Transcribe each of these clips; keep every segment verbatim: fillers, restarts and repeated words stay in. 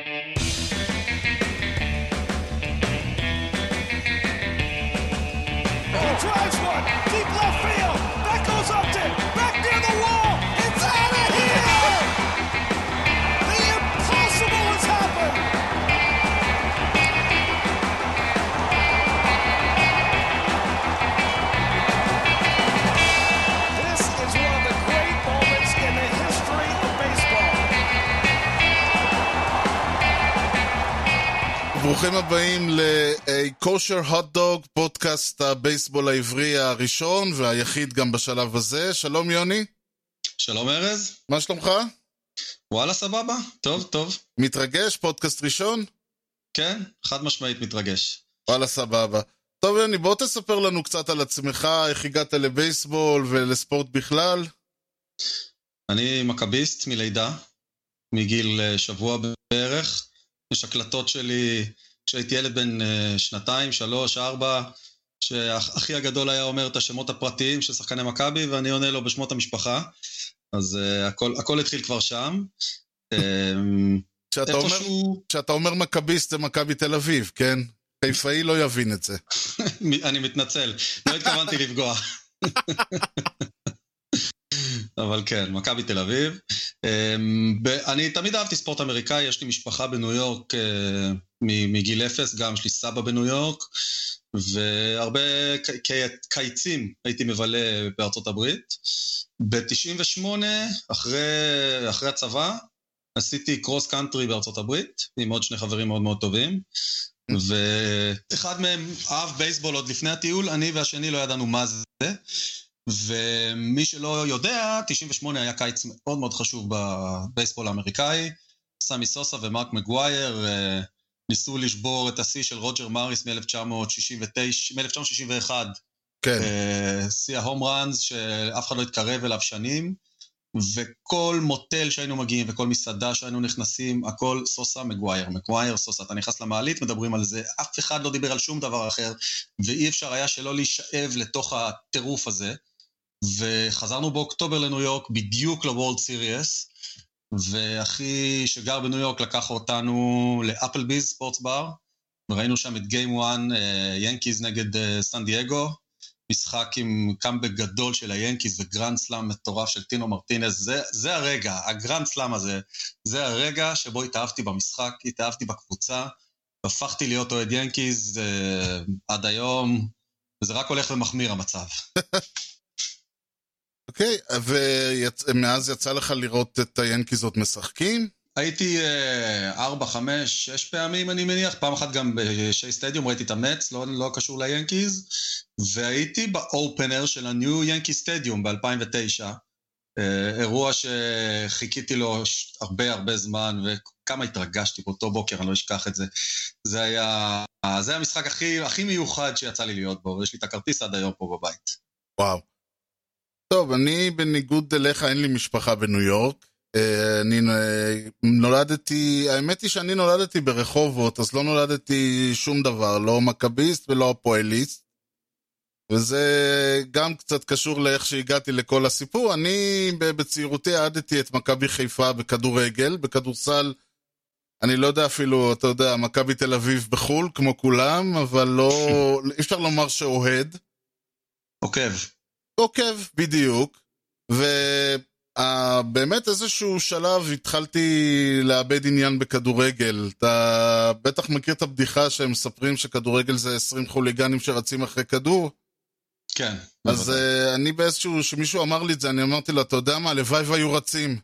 Drives one, deep left field, that goes up to, back near the wall, it's out of here! The impossible has happened! This is one of the great moments in the history of baseball. ברוכים הבאים ל-Kosher Hot Dog, פודקאסט הבייסבול העברי הראשון והיחיד גם בשלב הזה. שלום יוני. שלום ארז. מה שלומך? וואלה סבבה, טוב טוב. מתרגש? פודקאסט ראשון? כן, חד משמעית מתרגש. וואלה סבבה. טוב יוני, בוא תספר לנו קצת על עצמך, איך הגעת לבייסבול ולספורט בכלל. אני מכביסט מלידה, מגיל שבוע בערך. יש הקלטות שלי כשהייתי ילד בן שנתיים, שלוש, ארבע, שהאחי הגדול היה אומר את השמות הפרטיים של שחקני מכבי, ואני עונה לו בשמות המשפחה, אז uh, הכל, הכל התחיל כבר שם. כשאתה אומר, שהוא... כשאתה אומר מכביסט זה מכבי תל אביב, כן? חיפאי לא יבין את זה. אני מתנצל, לא התכוונתי לפגוע. אבל כן, מכבי תל אביב. אני תמיד אהבתי ספורט אמריקאי, יש לי משפחה בניו יורק מגיל אפס, גם יש לי סבא בניו יורק, והרבה קיצים הייתי מבלה בארצות הברית. ב-תשעים ושמונה, אחרי, אחרי הצבא, עשיתי קרוס קאנטרי בארצות הברית, עם עוד שני חברים מאוד מאוד טובים, ואחד מהם אהב בייסבול עוד לפני הטיול, אני והשני לא ידענו מה זה, ומי שלא יודע, תשעים ושמונה היה קיץ מאוד מאוד חשוב בבייסבול האמריקאי. סמי סוסה ומרק מגווייר ניסו לשבור את השיא של רוג'ר מאריס מ-אלף תשע מאות שישים ואחת, כן. שיא ההום ראנס שאף אחד לא התקרב אליו שנים, וכל מוטל שהיינו מגיעים וכל מסעדה שהיינו נכנסים, הכל סוסה מגווייר, מגווייר סוסה. אתה נכנס למעלית, מדברים על זה, אף אחד לא דיבר על שום דבר אחר, ואי אפשר היה שלא להישאב לתוך הטירוף הזה. וחזרנו באוקטובר לניו יורק, בדיוק לוורלד סיריאס, ואחי שגר בניו יורק לקח אותנו לאפלביז ספורטס בר, וראינו שם את גיים וואן, ינקיז נגד סן דייגו, משחק עם קאמבק גדול של היאנקיז וגרנד סלאם מטורף של טינו מרטינס. זה, זה הרגע, הגרנד סלאם הזה, זה הרגע שבו התאהבתי במשחק, התאהבתי בקבוצה, הפכתי להיות אוהד יאנקיז אה, עד היום, וזה רק הולך ומחמיר המצב. אוקיי, ומאז יצא לך לראות את היאנקיז עוד משחקים? הייתי ארבע, חמש, שש פעמים אני מניח, פעם אחת גם בשי סטדיום ראיתי את המץ, לא, לא קשור ליאנקיז, והייתי באופנר של הניו ינקי סטדיום ב-אלפיים ותשע, אירוע שחיכיתי לו הרבה הרבה זמן, וכמה התרגשתי באותו בוקר, אני לא אשכח את זה. זה היה, זה היה המשחק הכי, הכי מיוחד שיצא לי להיות בו, ויש לי את הכרטיס עד היום פה בבית. וואו. טוב, אני בניגוד אליך, אין לי משפחה בניו יורק, אני נולדתי, האמת היא שאני נולדתי ברחובות, אז לא נולדתי שום דבר, לא מכביסט ולא הפועליסט, וזה גם קצת קשור לאיך שהגעתי לכל הסיפור. אני בצעירותי אהדתי את מכבי חיפה בכדורגל, בכדורסל, אני לא יודע אפילו, אתה יודע, מכבי תל אביב בחול כמו כולם, אבל לא, אי אפשר לומר שאוהד. עוקב. עוקב, בדיוק, ו... Uh, באמת איזשהו שלב התחלתי לאבד עניין בכדורגל. אתה בטח מכיר את הבדיחה שהם מספרים שכדורגל זה עשרים חוליגנים שרצים אחרי כדור? כן. אז uh, אני באיזשהו, שמישהו אמר לי את זה, אני אמרתי לו, אתה יודע מה, הלוואי והיו רצים.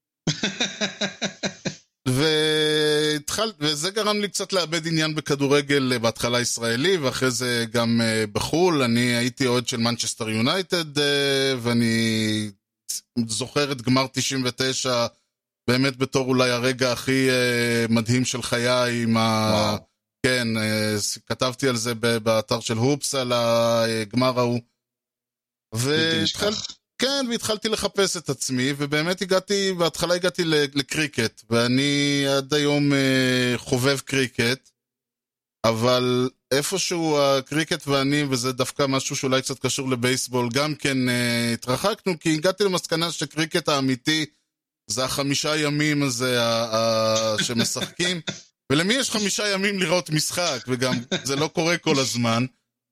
והתחל, וזה גרם לי קצת לאבד עניין בכדורגל בהתחלה ישראלי, ואחרי זה גם uh, בחול. אני הייתי אוהד של מנצ'סטר יונייטד, uh, ואני... זוכר את גמר תשעים ותשע באמת בתור אולי הרגע הכי uh, מדהים של חיי עם ה... כן, uh, כתבתי על זה באתר של הופס על הגמר ההוא, והתחל... כן, והתחלתי לחפש את עצמי, ובאמת הגעתי, בהתחלה הגעתי לקריקט, ואני עד היום uh, חובב קריקט, אבל איפשהו הקריקט ואני, וזה דווקא משהו שאולי קצת קשור לבייסבול, גם כן uh, התרחקנו, כי הגעתי למסקנה שקריקט האמיתי זה החמישה ימים הזה, ה- ה- שמשחקים, ולמי יש חמישה ימים לראות משחק, וגם זה לא קורה כל הזמן.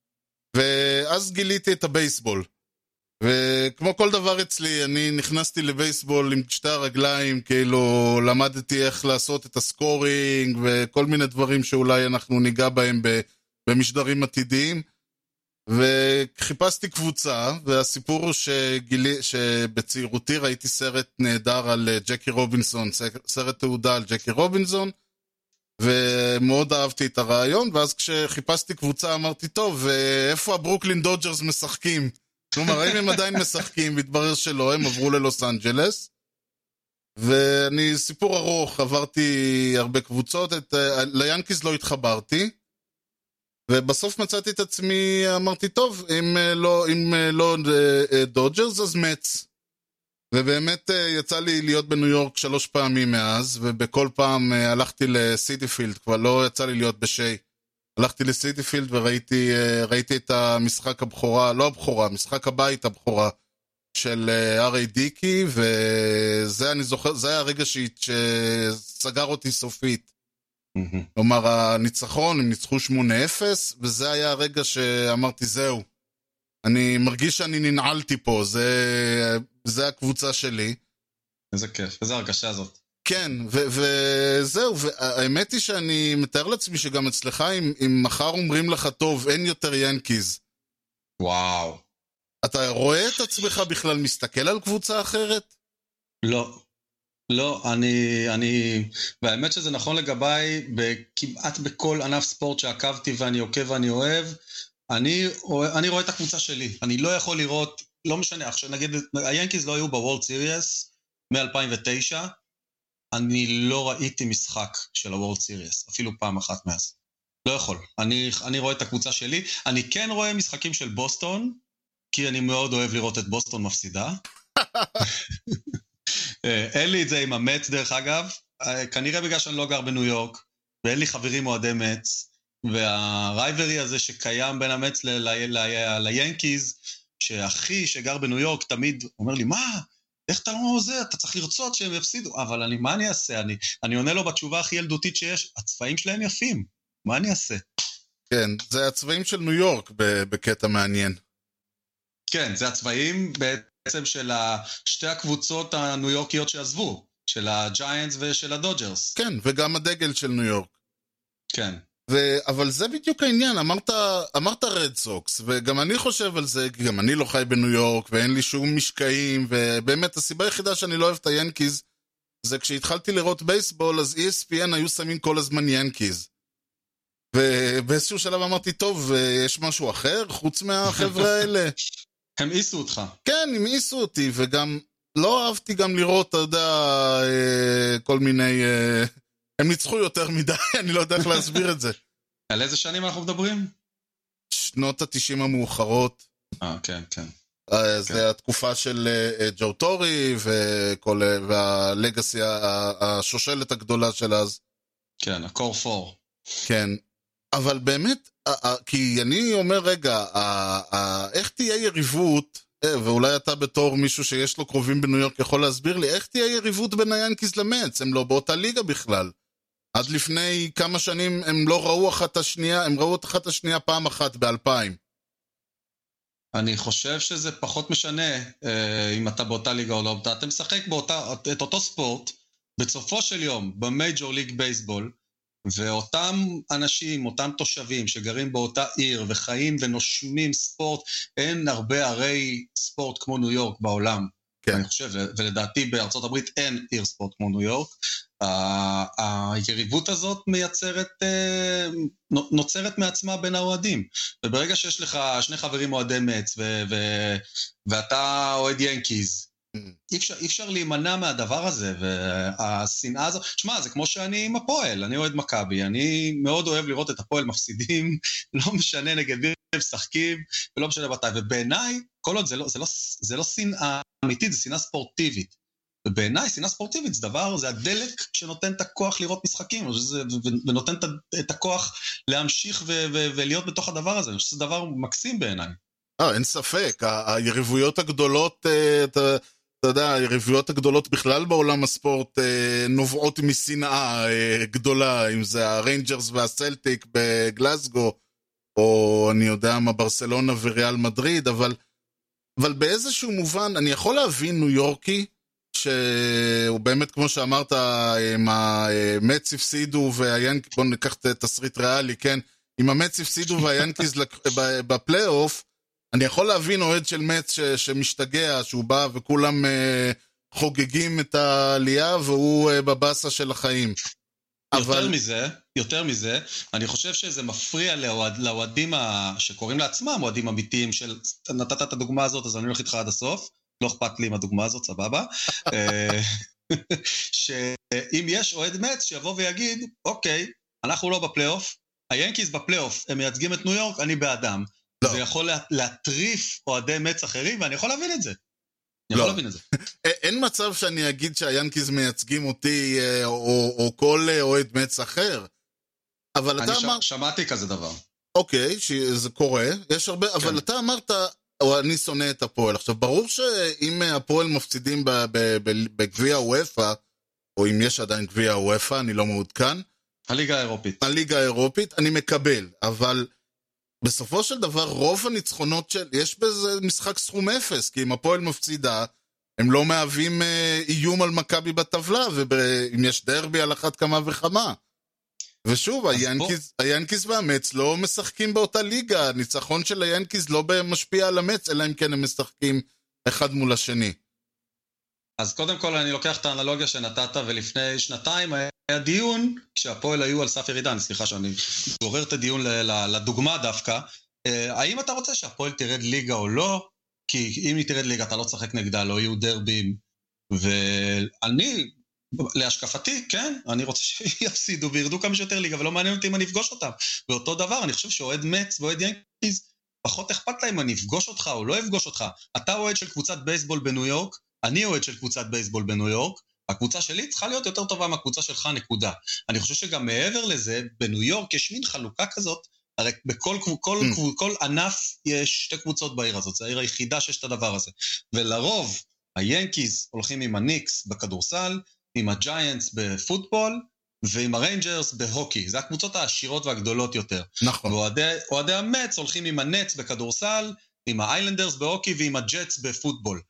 ואז גיליתי את הבייסבול. וכמו כל דבר אצלי, אני נכנסתי לבייסבול עם שתי הרגליים, כאילו למדתי איך לעשות את הסקורינג, וכל מיני דברים שאולי אנחנו ניגע בהם במשדרים עתידיים. וחיפשתי קבוצה, והסיפור הוא שגילי, שבצעירותי ראיתי סרט נהדר על ג'קי רובינסון, סרט תעודה על ג'קי רובינסון, ומאוד אהבתי את הרעיון, ואז כשחיפשתי קבוצה אמרתי, טוב, איפה הברוקלין דודג'רס משחקים? כלומר, האם הם עדיין משחקים? והתברר שלא, הם עברו ללוס אנג'לס, ואני, סיפור ארוך, עברתי הרבה קבוצות, את, ליאנקיז לא התחברתי, ובסוף מצאתי את עצמי, אמרתי, טוב, אם לא, אם לא דודג'רס, אז מצ. ובאמת יצא לי להיות בניו יורק שלוש פעמים מאז, ובכל פעם הלכתי לסיטי פילד, כבר לא יצא לי להיות בשי. הלכתי לסיטי פילד וראיתי ראיתי את המשחק הבכורה, לא הבכורה, משחק הבית הבכורה של ארי דיקי, וזה אני זוכר, זה היה הרגע שסגר אותי סופית. כלומר, הניצחון, הם ניצחו שמונה אפס, וזה היה הרגע שאמרתי, זהו. אני מרגיש שאני ננעלתי פה, זה, זה הקבוצה שלי. איזה כיף, איזה הרגשה הזאת. כן, ו- וזהו, והאמת היא שאני מתאר לעצמי שגם אצלך, אם, אם מחר אומרים לך, טוב, אין יותר ינקיז. וואו. אתה רואה את עצמך בכלל מסתכל על קבוצה אחרת? לא. לא, אני, אני, והאמת שזה נכון לגביי, כמעט בכל ענף ספורט שעקבתי ואני עוקב ואני אוהב, אני, אני רואה את הקבוצה שלי, אני לא יכול לראות, לא משנה, עכשיו נגיד, היאנקיז לא היו בוורלד סיריאס מ-אלפיים ותשע, אני לא ראיתי משחק של הוורלד סיריאס, אפילו פעם אחת מאז, לא יכול, אני, אני רואה את הקבוצה שלי, אני כן רואה משחקים של בוסטון, כי אני מאוד אוהב לראות את בוסטון מפסידה, אין לי את זה עם המץ דרך אגב, כנראה בגלל שאני לא גר בניו יורק, ואין לי חברים אוהדי מצ, והרייברי הזה שקיים בין המץ ליאנקיז, שאחי שגר בניו יורק תמיד אומר לי, מה? איך אתה לא זה? אתה צריך לרצות שהם יפסידו. אבל אני, מה אני אעשה? אני, אני עונה לו בתשובה הכי ילדותית שיש, הצבעים שלהם יפים. מה אני אעשה? כן, זה הצבעים של ניו יורק בקטע מעניין. כן, זה הצבעים בעצם של שתי הקבוצות הניו יורקיות שעזבו, של הג'יינטס ושל הדודג'רס. כן, וגם הדגל של ניו יורק. כן. ו... אבל זה בדיוק העניין, אמרת, אמרת רד סוקס, וגם אני חושב על זה, כי גם אני לא חי בניו יורק, ואין לי שום משקעים, ובאמת הסיבה היחידה שאני לא אוהב את היאנקיז, זה כשהתחלתי לראות בייסבול, אז E S P N היו שמים כל הזמן יאנקיז. ובאיזשהו שלב אמרתי, טוב, יש משהו אחר, חוץ מהחבר'ה האלה? הם עיסו אותך. כן, הם עיסו אותי, וגם לא אהבתי גם לראות, אתה יודע, כל מיני... הם ניצחו יותר מדי, אני לא יודע איך להסביר את זה. על איזה שנים אנחנו מדברים? שנות ה-תשעים המאוחרות. אה, כן, כן. זה התקופה של ג'ו טורי, והלגאסי, השושלת הגדולה של אז. כן, הקור פור. כן, אבל באמת, כי אני אומר, רגע, איך תהיה יריבות, ואולי אתה בתור מישהו שיש לו קרובים בניו יורק יכול להסביר לי, איך תהיה יריבות בין היאנקיז למץ? הם לא באותה ליגה בכלל. עד לפני כמה שנים הם לא ראו אחת השנייה, הם ראו אחת השנייה פעם אחת באלפיים. אני חושב שזה פחות משנה אה, אם אתה באותה ליגה או לא. אתה משחק באותה, את אותו ספורט, בסופו של יום, במייג'ור ליג בייסבול, ואותם אנשים, אותם תושבים שגרים באותה עיר וחיים ונושמים ספורט, אין הרבה ערי ספורט כמו ניו יורק בעולם. כן. אני חושב, ולדעתי בארצות הברית אין עיר ספורט כמו ניו יורק. היריבות הזאת מייצרת, נוצרת מעצמה בין האוהדים. וברגע שיש לך שני חברים אוהדי מצ, ואתה אוהד ינקיז, אי אפשר, אי אפשר להימנע מהדבר הזה, והשנאה הזו, תשמע, זה כמו שאני עם הפועל, אני אוהד מכבי, אני מאוד אוהב לראות את הפועל מפסידים, לא משנה נגד מי הם משחקים, ולא משנה מתי, ובעיניי, כל עוד זה לא, זה לא, זה לא שנאה אמיתית, זה שנאה ספורטיבית, ובעיניי שנאה ספורטיבית זה דבר, זה הדלק שנותן את הכוח לראות משחקים, ונותן את הכוח להמשיך ולהיות בתוך הדבר הזה, אני חושב שזה דבר מקסים בעיניי. אה, אין ספק, היריבויות הגדולות, אתה יודע, היריבויות הגדולות בכלל בעולם הספורט אה, נובעות משנאה אה, גדולה, אם זה הריינג'רס והסלטיק בגלסגו, או אני יודע מה, ברסלונה וריאל מדריד, אבל, אבל באיזשהו מובן, אני יכול להבין ניו יורקי, שהוא באמת, כמו שאמרת, עם המץ הפסידו והיאנקיז, בואו ניקח תסריט ריאלי, כן? אם המץ הפסידו והיאנקיז בפלייאוף, אני יכול להבין אוהד של מצ ש, שמשתגע, שהוא בא וכולם uh, חוגגים את העלייה, והוא uh, בבאסה של החיים. יותר אבל... מזה, יותר מזה, אני חושב שזה מפריע לאוהד, לאוהדים ה... שקוראים לעצמם אוהדים אמיתיים, של... נתת את הדוגמה הזאת, אז אני הולך איתך עד הסוף, לא אכפת לי עם הדוגמה הזאת, סבבה. שאם יש אוהד מצ שיבוא ויגיד, אוקיי, אנחנו לא בפלייאוף, היאנקיז בפלייאוף, הם מייצגים את ניו יורק, אני באדם. לא. זה יכול להטריף אוהדי מצ אחרים, ואני יכול להבין את זה. אני לא. יכול להבין את זה. אין מצב שאני אגיד שהיאנקיז מייצגים אותי, או, או כל אוהד מצ אחר. אבל אתה אני אמר... שמעתי כזה דבר. אוקיי, שזה קורה, יש הרבה, כן. אבל אתה אמרת, או אני שונא את הפועל. עכשיו, ברור שאם הפועל מפסידים בגביע הוופא, או אם יש עדיין גביע הוופא, אני לא מעודכן. הליגה האירופית. הליגה האירופית, אני מקבל, אבל... בסופו של דבר, רוב הניצחונות של... יש בזה משחק סכום אפס, כי אם הפועל מפסידה, הם לא מהווים אה, איום על מכבי בטבלה, ואם יש דרבי על אחת כמה וכמה. ושוב, היאנקיז, היאנקיז והמץ לא משחקים באותה ליגה, הניצחון של היאנקיז לא משפיע על המץ, אלא אם כן הם משחקים אחד מול השני. אז קודם כל אני לוקח את האנלוגיה שנתת, ולפני שנתיים היה דיון, כשהפועל היו על סף ירידה, אני סליחה שאני גורר את הדיון לדוגמה דווקא, האם אתה רוצה שהפועל תרד ליגה או לא? כי אם היא תרד ליגה אתה לא צחק נגדה, לא יהיו דרבים, ואני, להשקפתי, כן, אני רוצה שיפסידו וירדו כמה שיותר ליגה, ולא מעניין אותי אם אני אפגוש אותם. ואותו דבר, אני חושב שאוהד מצ ואוהד יאנקיז, פחות אכפת להם אם אני אפגוש אותך או לא אפגוש אותך. אתה אוהד של קבוצת בייסבול בניו יורק, אני אוהד של קבוצת בייסבול בניו יורק, הקבוצה שלי צריכה להיות יותר טובה מהקבוצה שלך, נקודה. אני חושב שגם מעבר לזה, בניו יורק יש מין חלוקה כזאת, הרי בכל כל, mm. כל, כל ענף יש שתי קבוצות בעיר הזאת, זה העיר היחידה שיש את הדבר הזה. ולרוב, היאנקיז הולכים עם הניקס בכדורסל, עם הג'יינטס בפוטבול, ועם הריינג'רס בהוקי. זה הקבוצות העשירות והגדולות יותר. נכון. ואוהדי המץ הולכים עם הנץ בכדורסל, עם האיילנדרס בהוקי ועם הג'טס בפוטבול.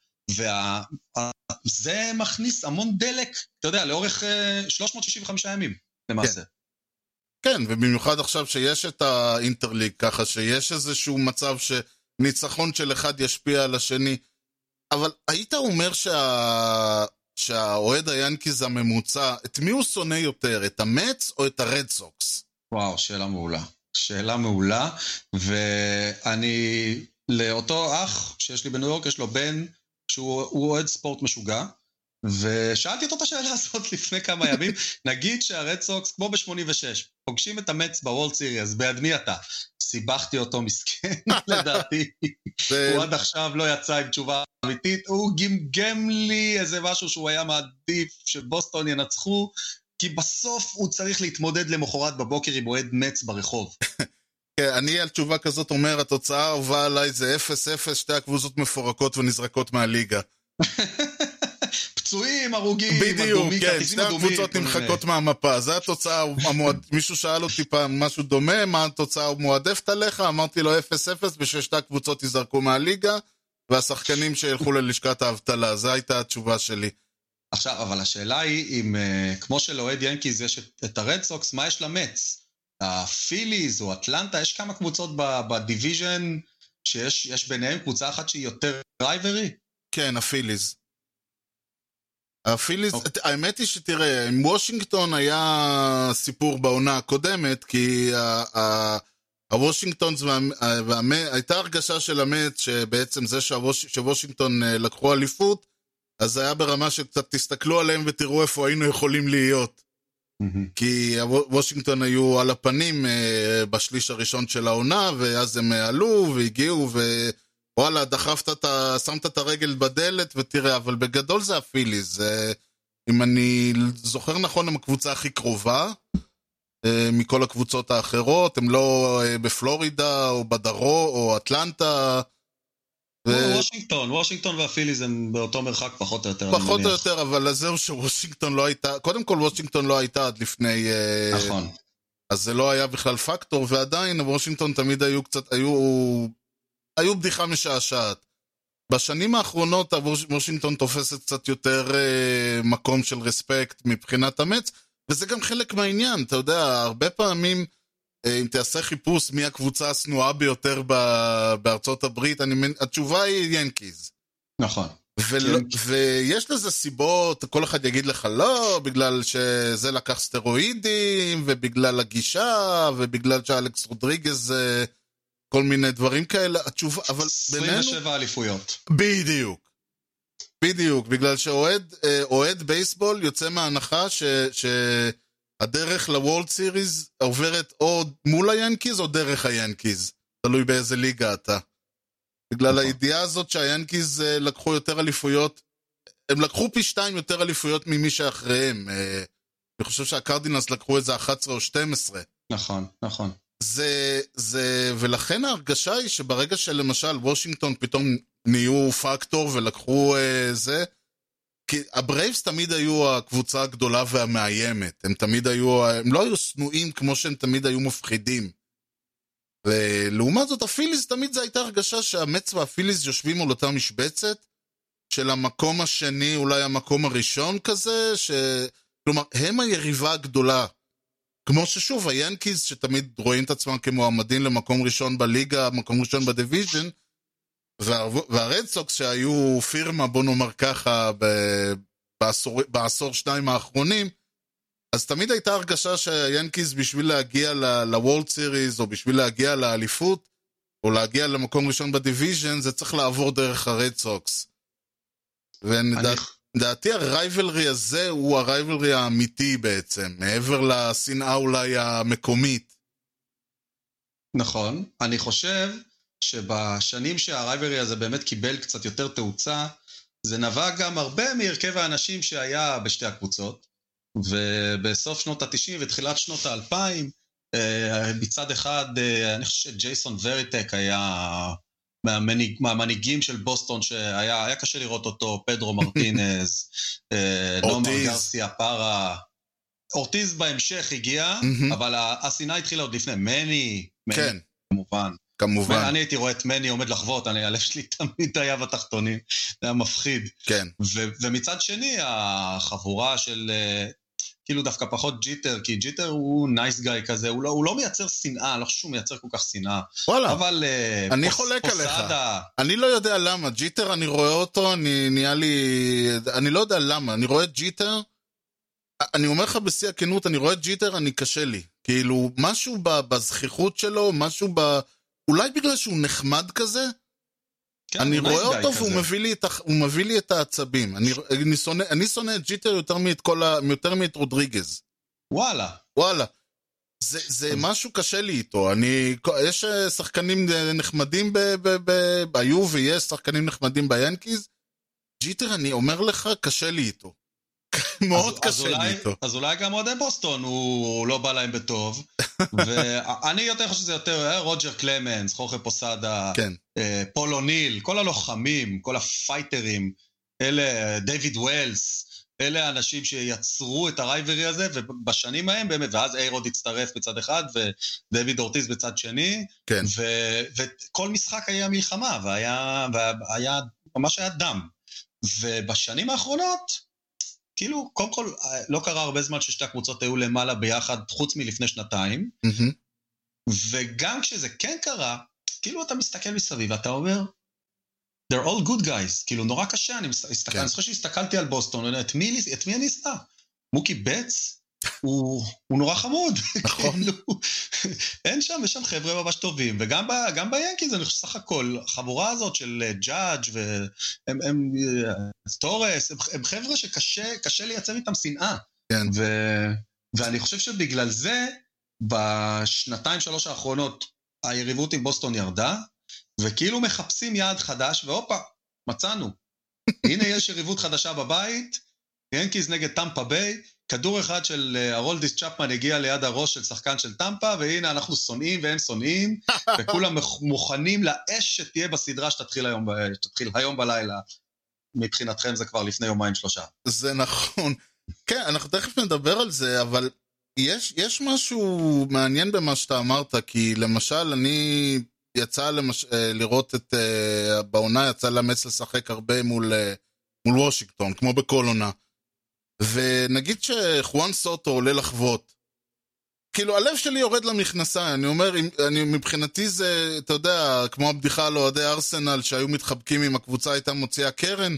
וזה מכניס המון דלק, אתה יודע, לאורך שלוש מאות שישים וחמישה ימים, למעשה. כן, ובמיוחד עכשיו שיש את האינטרליג, ככה שיש איזשהו מצב שניצחון של אחד ישפיע על השני, אבל היית אומר שה... שהאוהד היאנקיז הממוצע, את מי הוא שונא יותר, את המץ או את הרד סוקס? וואו, שאלה מעולה. שאלה מעולה, ואני, לאותו אח שיש לי בניו יורק, יש לו בן, שהוא אוהד ספורט משוגע, ושאלתי אותו את השאלה הזאת לפני כמה ימים, נגיד שהרד סוקס, כמו ב-שמונים ושש, פוגשים את המץ בוולד סיריאז, ביד מי אתה? סיבכתי אותו מסכן, לדעתי, הוא עד עכשיו לא יצא עם תשובה אמיתית, הוא גמגם לי איזה משהו שהוא היה מעדיף שבוסטון ינצחו, כי בסוף הוא צריך להתמודד למחרת בבוקר עם אוהד מצ ברחוב. אני על תשובה כזאת אומר, התוצאה הובאה עליי זה אפס אפס, שתי הקבוצות מפורקות ונזרקות מהליגה. פצועים, הרוגים, בדיוק, כן, שתי הקבוצות נמחקות מהמפה, זה התוצאה, מישהו שאל אותי פעם משהו דומה, מה התוצאה מועדפת עליך, אמרתי לו אפס אפס, וששתי הקבוצות יזרקו מהליגה, והשחקנים שילכו ללשכת האבטלה, זו הייתה התשובה שלי. עכשיו, אבל השאלה היא, אם, כמו שלאוהד ינקיז יש את הרד סוקס, מה יש למץ? הפיליז או אטלנטה, יש כמה קבוצות בדיוויז'ן, שיש ביניהם קבוצה אחת שהיא יותר רייברי? כן, הפיליז. הפיליז, okay. האמת היא שתראה, עם וושינגטון היה סיפור בעונה הקודמת, כי הוושינגטונס, הייתה הרגשה של המץ, שבעצם זה שוושינגטון לקחו אליפות, אז זה היה ברמה שקצת תסתכלו עליהם ותראו איפה היינו יכולים להיות. Mm-hmm. כי וושינגטון היו על הפנים בשליש הראשון של העונה, ואז הם עלו והגיעו ו... וואלה, דחפת, אתה, שמת את הרגל בדלת, ותראה, אבל בגדול זה הפיליז. זה, אם אני זוכר נכון, הם הקבוצה הכי קרובה, מכל הקבוצות האחרות, הם לא בפלורידה, או בדרו, או אטלנטה, וושינגטון, וושינגטון והפיליז הם באותו מרחק פחות או יותר. פחות או יותר, אבל זהו שוושינגטון לא הייתה, קודם כל וושינגטון לא הייתה עד לפני... נכון. אז זה לא היה בכלל פקטור, ועדיין וושינגטון תמיד היו קצת, היו, היו בדיחה משעשעת. בשנים האחרונות וושינגטון תופסת קצת יותר מקום של רספקט מבחינת המץ, וזה גם חלק מהעניין, אתה יודע, הרבה פעמים... אם תעשה חיפוש מי הקבוצה הסנועה ביותר בארצות הברית, אני, התשובה היא ינקיז. נכון. ולא, ויש לזה סיבות, כל אחד יגיד לך לא, בגלל שזה לקח סטרואידים, ובגלל הגישה, ובגלל שאלכס רודריגז, כל מיני דברים כאלה, התשובה, אבל בינינו... עשרים ושבע אליפויות. בדיוק. בדיוק, בגלל שאוהד אוהד בייסבול יוצא מההנחה ש... ש הדרך לוולד סיריז עוברת או מול היאנקיז או דרך היאנקיז. תלוי באיזה ליגה אתה. בגלל הידיעה הזאת שהיאנקיז לקחו יותר אליפויות, הם לקחו פי שתיים יותר אליפויות ממי שאחריהם. אני חושב שהקרדינלס לקחו איזה אחת עשרה או שתים עשרה. נכון, נכון. זה, זה, ולכן ההרגשה היא שברגע שלמשל וושינגטון פתאום נהיו פקטור ולקחו זה, כי הברייבס תמיד היו הקבוצה הגדולה והמאיימת, הם תמיד היו, הם לא היו סנועים כמו שהם תמיד היו מפחידים. ולעומת זאת הפיליז תמיד זה הייתה הרגשה שהמץ והפיליז יושבים על אותה משבצת, של המקום השני, אולי המקום הראשון כזה, ש... כלומר, הם היריבה הגדולה. כמו ששוב, היאנקיז שתמיד רואים את עצמם כמועמדים למקום ראשון בליגה, מקום ראשון בדיוויז'ן, והרד סוקס שהיו פירמה, בוא נאמר ככה, בעשור, בעשור שניים האחרונים, אז תמיד הייתה הרגשה שהיאנקיז בשביל להגיע לוולד סיריז, או בשביל להגיע לאליפות, או להגיע למקום ראשון בדיוויז'ן, זה צריך לעבור דרך הרד סוקס. ודעתי הרייבלרי הזה הוא הרייבלרי האמיתי בעצם, מעבר לשנאה אולי המקומית. נכון, אני חושב שבשנים שהרייבלרי הזה באמת קיבל קצת יותר תאוצה, זה נבע גם הרבה מהרכב האנשים שהיה בשתי הקבוצות, ובסוף שנות ה-תשעים ותחילת שנות ה-אלפיים, מצד אחד, אני חושב שג'ייסון וריטק היה מהמנהיג, מהמנהיגים של בוסטון, שהיה היה קשה לראות אותו, פדרו מרטינז, נומר גרסיה פארה, אורטיז בהמשך הגיע, אבל השנאה התחילה עוד לפני, מני, כן. כמובן. כמובן. אני הייתי רואה את מני עומד לחוות, אני, הלב שלי תמיד היה בתחתונים, זה היה מפחיד. כן. ו- ומצד שני, החבורה של, כאילו דווקא פחות ג'יטר, כי ג'יטר הוא נייס גאי כזה, הוא לא, הוא לא מייצר שנאה, לא חושב שהוא מייצר כל כך שנאה. וואלה, אבל אני פוס, חולק פוסדה, עליך. אני לא יודע למה, ג'יטר אני רואה אותו, אני נהיה לי, אני לא יודע למה, אני רואה את ג'יטר, אני אומר לך בשיא הכנות, אני רואה את ג'יטר, אני קשה לי. כאילו, משהו בזכיחות שלו, משהו ב... אולי בגלל שהוא נחמד כזה, כן, אני רואה אותו והוא מביא, לי את, הוא מביא לי את העצבים. אני, אני, שונא, אני שונא את ג'יטר יותר מאת, כל ה, יותר מאת רודריגז. וואלה. וואלה. זה, זה משהו קשה לי איתו. אני, יש שחקנים נחמדים, ב, ב, ב, ב, היו ויש שחקנים נחמדים ביאנקיז. ג'יטר, אני אומר לך, קשה לי איתו. מאוד אז, קשה אז לי אולי, איתו. אז אולי גם עוד בוסטון הוא לא בא להם בטוב, ואני יותר חושב שזה יותר, רוג'ר קלמנס, חורכה פוסדה, כן. פול אוניל, כל הלוחמים, כל הפייטרים, אלה, דיוויד ווילס, אלה האנשים שיצרו את הרייברי הזה, ובשנים ההם באמת, ואז איירוד הצטרף בצד אחד, ודייוויד אורטיז בצד שני, כן. ו, וכל משחק היה מלחמה, והיה, והיה, ממש היה דם. ובשנים האחרונות, כאילו, קודם כל, לא קרה הרבה זמן ששתי הקבוצות היו למעלה ביחד, חוץ מלפני שנתיים, mm-hmm. וגם כשזה כן קרה, כאילו אתה מסתכל מסביב, ואתה אומר, they're all good guys, כאילו נורא קשה, אני, מסתכל, כן. אני חושב שהסתכלתי על בוסטון, את מי, את מי אני אסתה? מוקי בץ? הוא, הוא נורא חמוד, נכון. כאילו, אין שם, יש שם חבר'ה ממש טובים, וגם ב, גם ביאנקיז, אני חושב סך הכל, החבורה הזאת של ג'אדג' והם, הם, סטורס, הם, הם חבר'ה שקשה, קשה לייצר איתם שנאה, כן. ו, ואני חושב שבגלל זה, בשנתיים שלוש האחרונות, היריבות עם בוסטון ירדה, וכאילו מחפשים יעד חדש, והופה, מצאנו, הנה יש יריבות חדשה בבית, יאנקיז נגד טמפה ביי, כדור אחד של הרולדיס צ'פמן הגיע ליד הראש של שחקן של טמפה, והנה אנחנו שונאים והם שונאים, וכולם מוכנים לאש שתהיה בסדרה שתתחיל היום, שתתחיל היום בלילה. מבחינתכם זה כבר לפני יומיים שלושה. זה נכון. כן, אנחנו תכף נדבר על זה, אבל יש, יש משהו מעניין במה שאתה אמרת, כי למשל אני יצא למש... לראות את, בעונה יצא למץ לשחק הרבה מול, מול וושינגטון, כמו בכל עונה. ונגיד שחואן סוטו עולה לחוות, כאילו הלב שלי יורד למכנסה, אני אומר, אני, מבחינתי זה, אתה יודע, כמו הבדיחה על אוהדי ארסנל שהיו מתחבקים עם הקבוצה הייתה מוציאה קרן.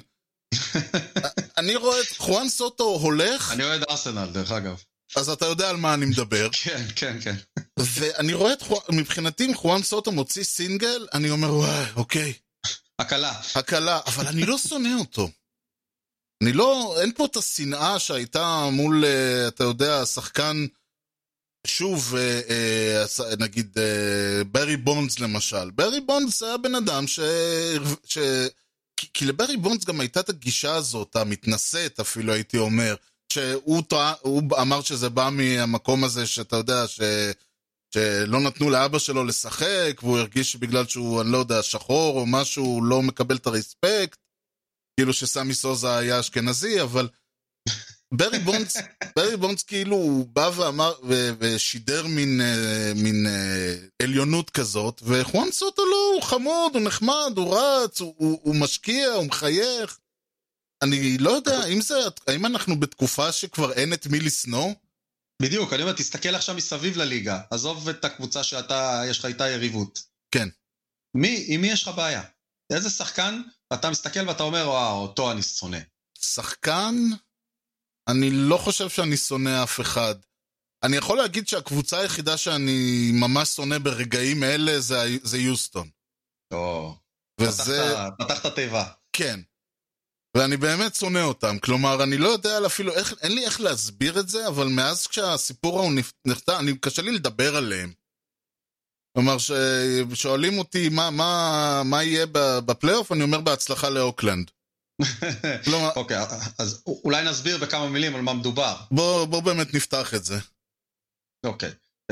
אני רואה את חואן סוטו הולך. אני אוהד ארסנל, דרך אגב. אז אתה יודע על מה אני מדבר. כן, כן, כן. ואני רואה את, מבחינתי אם חואן סוטו מוציא סינגל, אני אומר, וואי, אוקיי. הקלה. הקלה, אבל אני לא שונא אותו. אני לא, אין פה את השנאה שהייתה מול, אתה יודע, שחקן, שוב, נגיד, ברי בונדס למשל. ברי בונדס היה בן אדם ש... ש... כי, כי לברי בונדס גם הייתה את הגישה הזאת, המתנשאת אפילו הייתי אומר, שהוא טוע, הוא אמר שזה בא מהמקום הזה שאתה יודע, ש... שלא נתנו לאבא שלו לשחק, והוא הרגיש שבגלל שהוא, אני לא יודע, שחור או משהו, הוא לא מקבל את הרספקט, כאילו שסמי סוזה היה אשכנזי, אבל ברי בונדס, ברי בונדס כאילו הוא בא ואמר, ו- ושידר מין, מין עליונות כזאת, וחואן סוטו לא, הוא חמוד, הוא נחמד, הוא רץ, הוא, הוא, הוא משקיע, הוא מחייך. אני לא יודע, האם, זה, האם אנחנו בתקופה שכבר אין את מי לסנוע? בדיוק, אני אומר, תסתכל עכשיו מסביב לליגה, עזוב את הקבוצה שאתה, יש לך איתה יריבות. כן. מי, עם מי יש לך בעיה? איזה שחקן, ואתה מסתכל ואתה אומר, וואו, אותו אני שונא. שחקן? אני לא חושב שאני שונא אף אחד. אני יכול להגיד שהקבוצה היחידה שאני ממש שונא ברגעים אלה זה, זה יוסטון. או, וזה... פתח את הטבע. כן. ואני באמת שונא אותם. כלומר, אני לא יודע אפילו, איך, אין לי איך להסביר את זה, אבל מאז כשהסיפור הוא נכתב, אני קשה לי לדבר עליהם. כלומר, ששואלים אותי מה, מה, מה יהיה בפלייאוף, אני אומר בהצלחה לאוקלנד. אוקיי, אז אולי נסביר בכמה מילים על מה מדובר. בוא, בוא באמת נפתח את זה. אוקיי.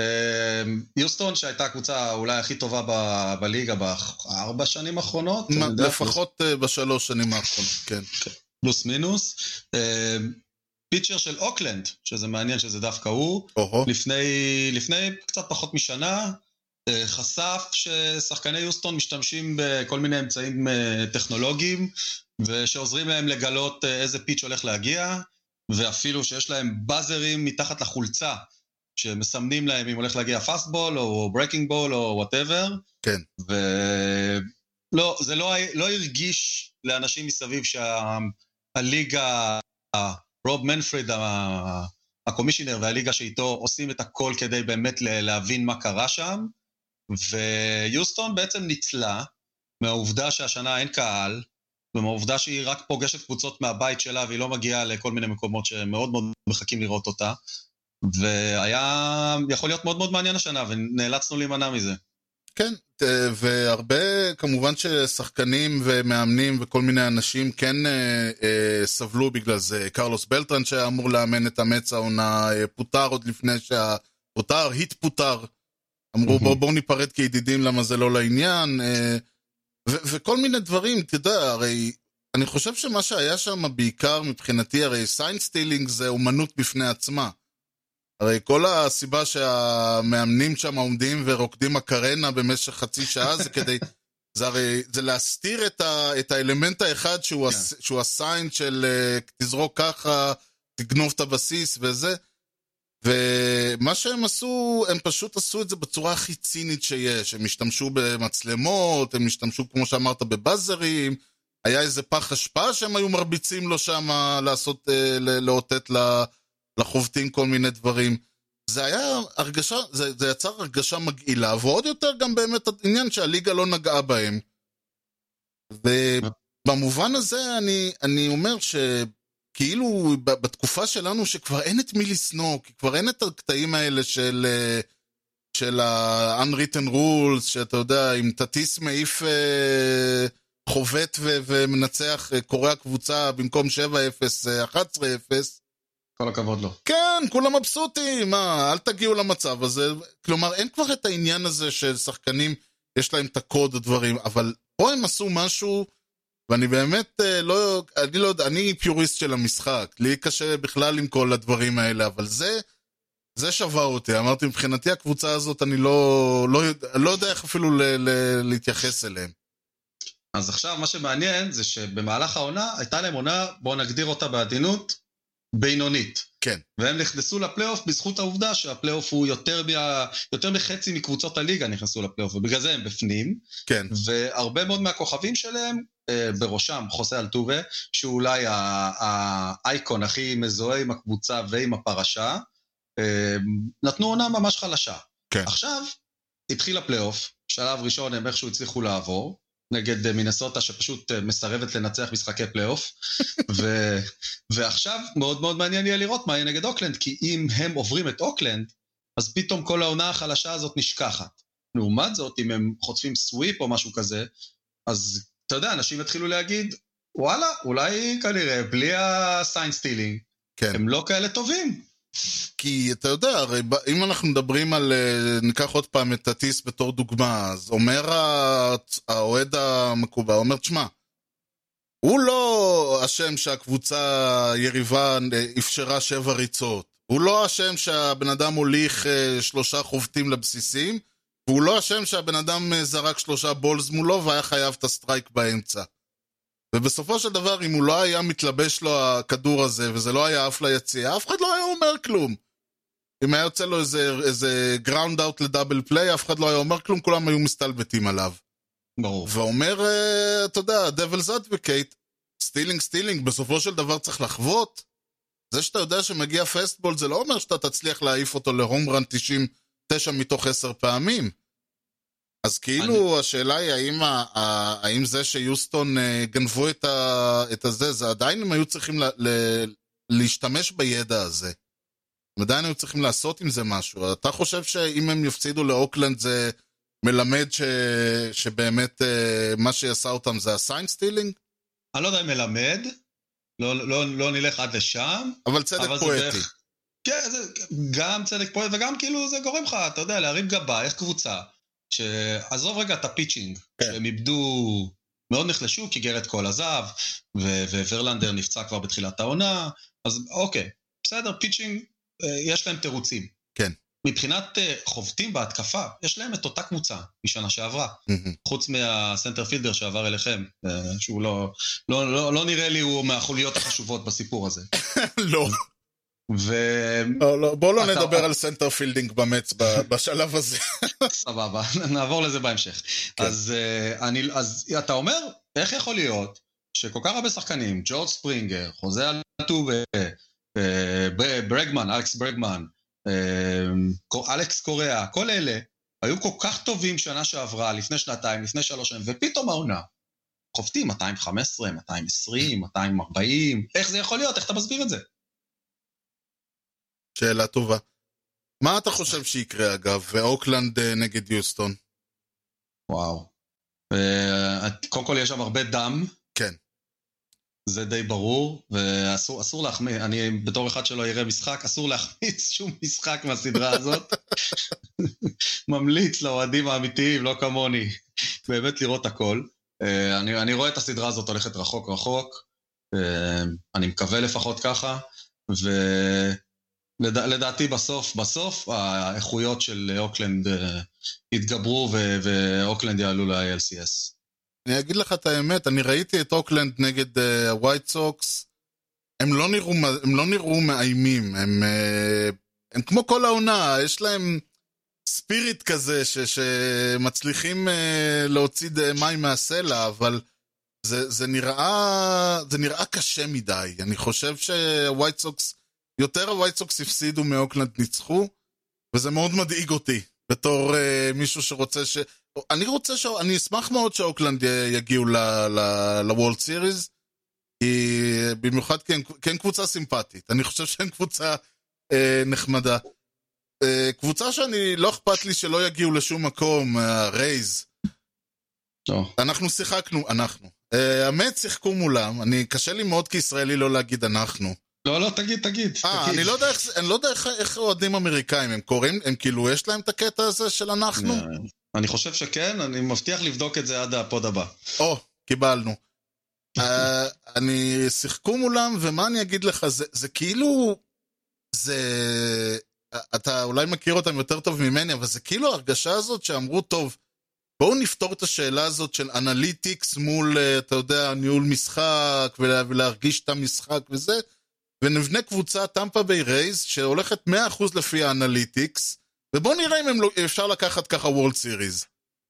יוסטון שהייתה הקבוצה אולי הכי טובה בליגה בארבע שנים האחרונות. לפחות בשלוש שנים האחרונות, כן. פלוס מינוס. פיצ'ר של אוקלנד, שזה מעניין שזה דווקא הוא. לפני, לפני קצת פחות משנה, חשף ששחקני יוסטון משתמשים בכל מיני אמצעים טכנולוגיים, ושעוזרים להם לגלות איזה פיץ' הולך להגיע, ואפילו שיש להם בזרים מתחת לחולצה, שמסמנים להם אם הולך להגיע פאסטבול, או ברקינג בול, או whatever. כן. ולא, זה לא, לא הרגיש לאנשים מסביב שהליגה, רוב מנפריד, הקומישיונר והליגה שאיתו עושים את הכל כדי באמת להבין מה קרה שם, ויוסטון בעצם ניצלה מהעובדה שהשנה אין קהל, ומהעובדה שהיא רק פוגשת קבוצות מהבית שלה, והיא לא מגיעה לכל מיני מקומות שמאוד מאוד מחכים לראות אותה, והיה יכול להיות מאוד מאוד מעניין השנה, ונאלצנו להימנע מזה. כן, והרבה כמובן ששחקנים ומאמנים וכל מיני אנשים כן אה, אה, סבלו בגלל זה. קרלוס בלטרן שהיה אמור לאמן את המץ העונה, אה, פוטר עוד לפני שהפוטר, התפוטר. אמרו בואו בוא ניפרד כידידים למה זה לא לעניין, אה, ו- וכל מיני דברים, אתה יודע, הרי אני חושב שמה שהיה שם בעיקר מבחינתי, הרי סיין סטילינג זה אומנות בפני עצמה. הרי כל הסיבה שהמאמנים שם עומדים ורוקדים הקרנה במשך חצי שעה זה כדי, זה הרי, זה להסתיר את, ה, את האלמנט האחד שהוא, yeah. הס, שהוא הסיין של תזרוק ככה, תגנוב את הבסיס וזה, ומה שהם עשו, הם פשוט עשו את זה בצורה הכי צינית שיש, הם השתמשו במצלמות, הם השתמשו כמו שאמרת בבאזרים, היה איזה פח השפעה שהם היו מרביצים לו שם לעשות, לאותת לה, לחובטים כל מיני דברים. זה היה הרגשה, זה, זה יצר הרגשה מגעילה, ועוד יותר גם באמת העניין שהליגה לא נגעה בהם. ובמובן הזה אני, אני אומר שכאילו בתקופה שלנו שכבר אין את מי לסנוע, כי כבר אין את הקטעים האלה של, של ה-unwritten rules, שאתה יודע, אם תטיס מעיף חובט ו- ומנצח קורא הקבוצה במקום שבע אפס, אחת עשרה אפס, כל הכבוד לו. כן, כולם מבסוטים, מה, אל תגיעו למצב הזה. כלומר, אין כבר את העניין הזה של שחקנים, יש להם את הקוד הדברים, אבל פה הם עשו משהו, ואני באמת לא, אני לא יודע, אני פיוריסט של המשחק, לי קשה בכלל עם כל הדברים האלה, אבל זה, זה שווה אותי. אמרתי, מבחינתי הקבוצה הזאת, אני לא, לא, לא יודע איך אפילו ל, ל, להתייחס אליהם. אז עכשיו מה שמעניין זה שבמהלך העונה הייתה להם עונה, בואו נגדיר אותה בעדינות, בינונית. כן. והם נכנסו לפלייאוף בזכות העובדה שהפלייאוף הוא יותר, מה, יותר מחצי מקבוצות הליגה נכנסו לפלייאוף, ובגלל זה הם בפנים. כן. והרבה מאוד מהכוכבים שלהם, בראשם חוסה אלטובה, שהוא אולי האייקון הכי מזוהה עם הקבוצה ועם הפרשה, נתנו עונה ממש חלשה. כן. עכשיו התחיל הפלייאוף, שלב ראשון הם איכשהו הצליחו לעבור, נגד מינסוטה שפשוט מסרבת לנצח משחקי פלייאוף, ו... ועכשיו מאוד מאוד מעניין יהיה לראות מה יהיה נגד אוקלנד, כי אם הם עוברים את אוקלנד, אז פתאום כל העונה החלשה הזאת נשכחת. לעומת זאת, אם הם חוטפים סוויפ או משהו כזה, אז אתה יודע, אנשים התחילו להגיד, וואלה, אולי כנראה, בלי הסיין סטילינג, כן. הם לא כאלה טובים. כי אתה יודע, הרי אם אנחנו מדברים על, ניקח עוד פעם את הטיס בתור דוגמה, אז אומר האוהד המקובל, אומר, תשמע, הוא לא אשם שהקבוצה יריבה אפשרה שבע ריצות, הוא לא אשם שהבן אדם הוליך שלושה חובטים לבסיסים, והוא לא אשם שהבן אדם זרק שלושה בולס מולו והיה חייב את הסטרייק באמצע. ובסופו של דבר, אם הוא לא היה מתלבש לו הכדור הזה, וזה לא היה אף ליציאה, אף אחד לא היה אומר כלום. אם היה יוצא לו איזה, איזה גראונד אאוט לדאבל פליי, אף אחד לא היה אומר כלום, כולם היו מסתלבטים עליו. ברור. ואומר, אתה יודע, devil's advocate, סטילינג סטילינג, בסופו של דבר צריך לחוות. זה שאתה יודע שמגיע פסטבול, זה לא אומר שאתה תצליח להעיף אותו להומרן תשעים ותשע מתוך עשר פעמים. אז כאילו אני... השאלה היא, האם, האם זה שיוסטון גנבו את, ה... את הזה, זה עדיין הם היו צריכים לה... ל... להשתמש בידע הזה. הם עדיין היו צריכים לעשות עם זה משהו. אתה חושב שאם הם יפסידו לאוקלנד זה מלמד ש... שבאמת מה שיעשה אותם זה הסיין סטילינג? אני לא יודע אם מלמד, לא, לא, לא נלך עד לשם. אבל צדק אבל פואטי. דרך... כן, זה גם צדק פואטי, וגם כאילו זה גורם לך, אתה יודע, להרים גבה, איך קבוצה. שעזוב רגע את הפיצ'ינג, כן. שהם איבדו, מאוד נחלשו, כי גרד קול עזב, ו- וורלנדר נפצע כבר בתחילת העונה, אז אוקיי, בסדר, פיצ'ינג, יש להם תירוצים. כן. מבחינת חובטים בהתקפה, יש להם את אותה קבוצה משנה שעברה, mm-hmm. חוץ מהסנטר פילדר שעבר אליכם, שהוא לא, לא, לא, לא נראה לי הוא מהחוליות החשובות בסיפור הזה. לא. ו... לא, לא, בוא לא אתה... נדבר על סנטר פילדינג במץ בשלב הזה. סבבה, נעבור לזה בהמשך. כן. אז, אני, אז אתה אומר, איך יכול להיות שכל כך הרבה שחקנים, ג'ורג' ספרינגר, חוזה אלטובה, ברגמן, אלכס ברגמן, אלכס קוריאה, כל אלה היו כל כך טובים שנה שעברה, לפני שנתיים, לפני שלוש שנים, ופתאום העונה, חופטים מאתיים וחמש עשרה, מאתיים ועשרים, מאתיים וארבעים, איך זה יכול להיות? איך אתה מסביר את זה? שאלה טובה. מה אתה חושב שיקרה אגב, ואוקלנד נגד יוסטון? וואו. קודם כל יש שם הרבה דם. כן. זה די ברור, ואסור אסור להחמיץ, אני בתור אחד שלא יראה משחק, אסור להחמיץ שום משחק מהסדרה הזאת. ממליץ לאוהדים האמיתיים, לא כמוני, באמת לראות הכל. אני, אני רואה את הסדרה הזאת הולכת רחוק רחוק, אני מקווה לפחות ככה, ולדעתי בסוף, בסוף האיכויות של אוקלנד יתגברו, ואוקלנד יעלו ל-איי אל סי אס. אני אגיד לך את האמת, אני ראיתי את אוקלנד נגד הווייט סוקס, הם לא נראו, הם לא נראו מאיימים, הם, הם כמו כל העונה, יש להם ספיריט כזה ש, שמצליחים להוציא מים מהסלע, אבל זה, זה נראה, זה נראה קשה מדי. אני חושב שהווייט סוקס, יותר הווייט סוקס הפסידו מאוקלנד ניצחו, וזה מאוד מדאיג אותי, בתור מישהו שרוצה ש... אני רוצה ש... אני אשמח מאוד שאוקלנד יגיעו לוולד סיריז, כי במיוחד כן, כן קבוצה סימפטית. אני חושב שאין קבוצה אה, נחמדה. אה, קבוצה שאני לא אכפת לי שלא יגיעו לשום מקום, הרייז. לא. אנחנו שיחקנו, אנחנו. אה, המט שיחקו מולם, אני קשה לי מאוד כישראלי לא להגיד אנחנו. לא, לא, תגיד, תגיד. אה, אני לא יודע איך, אני לא יודע איך, איך אוהדים אמריקאים, הם קוראים, הם כאילו, יש להם את הקטע הזה של אנחנו? אני חושב שכן, אני מבטיח לבדוק את זה עד הפוד הבא. או, קיבלנו. uh, אני שיחקו מולם, ומה אני אגיד לך, זה, זה כאילו, זה, אתה אולי מכיר אותם יותר טוב ממני, אבל זה כאילו הרגשה הזאת שאמרו, טוב, בואו נפתור את השאלה הזאת של אנליטיקס מול, אתה יודע, ניהול משחק, ולהרגיש את המשחק וזה, ונבנה קבוצה טמפה ביי רייז, שהולכת מאה אחוז לפי האנליטיקס, ובואו נראה אם אפשר לקחת ככה וורלד סיריז.